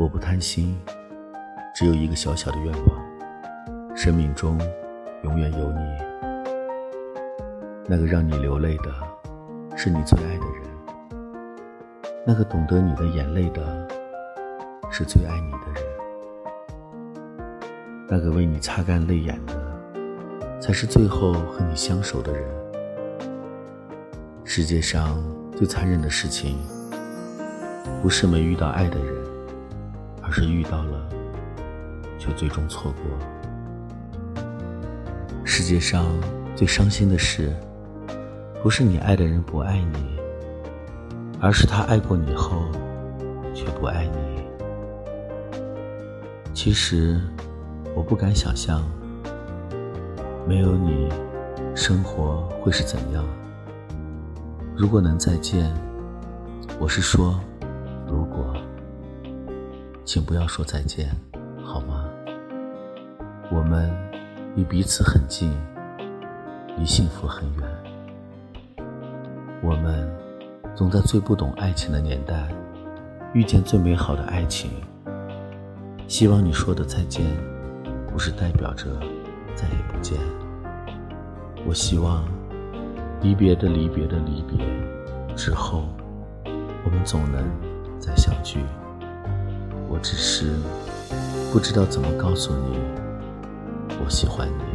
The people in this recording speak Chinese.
我不贪心，只有一个小小的愿望，生命中永远有你。那个让你流泪的，是你最爱的人；那个懂得你的眼泪的，是最爱你的人；那个为你擦干泪眼的，才是最后和你相守的人。世界上最残忍的事情，不是没遇到爱的人，而是遇到了却最终错过。世界上最伤心的事，不是你爱的人不爱你，而是他爱过你后却不爱你。其实我不敢想象，没有你生活会是怎样。如果能再见，我是说如果，请不要说再见好吗？我们离彼此很近，离幸福很远。我们总在最不懂爱情的年代遇见最美好的爱情。希望你说的再见不是代表着再也不见。我希望离别的离别的离别之后，我们总能再相聚。我只是不知道怎么告诉你，我喜欢你。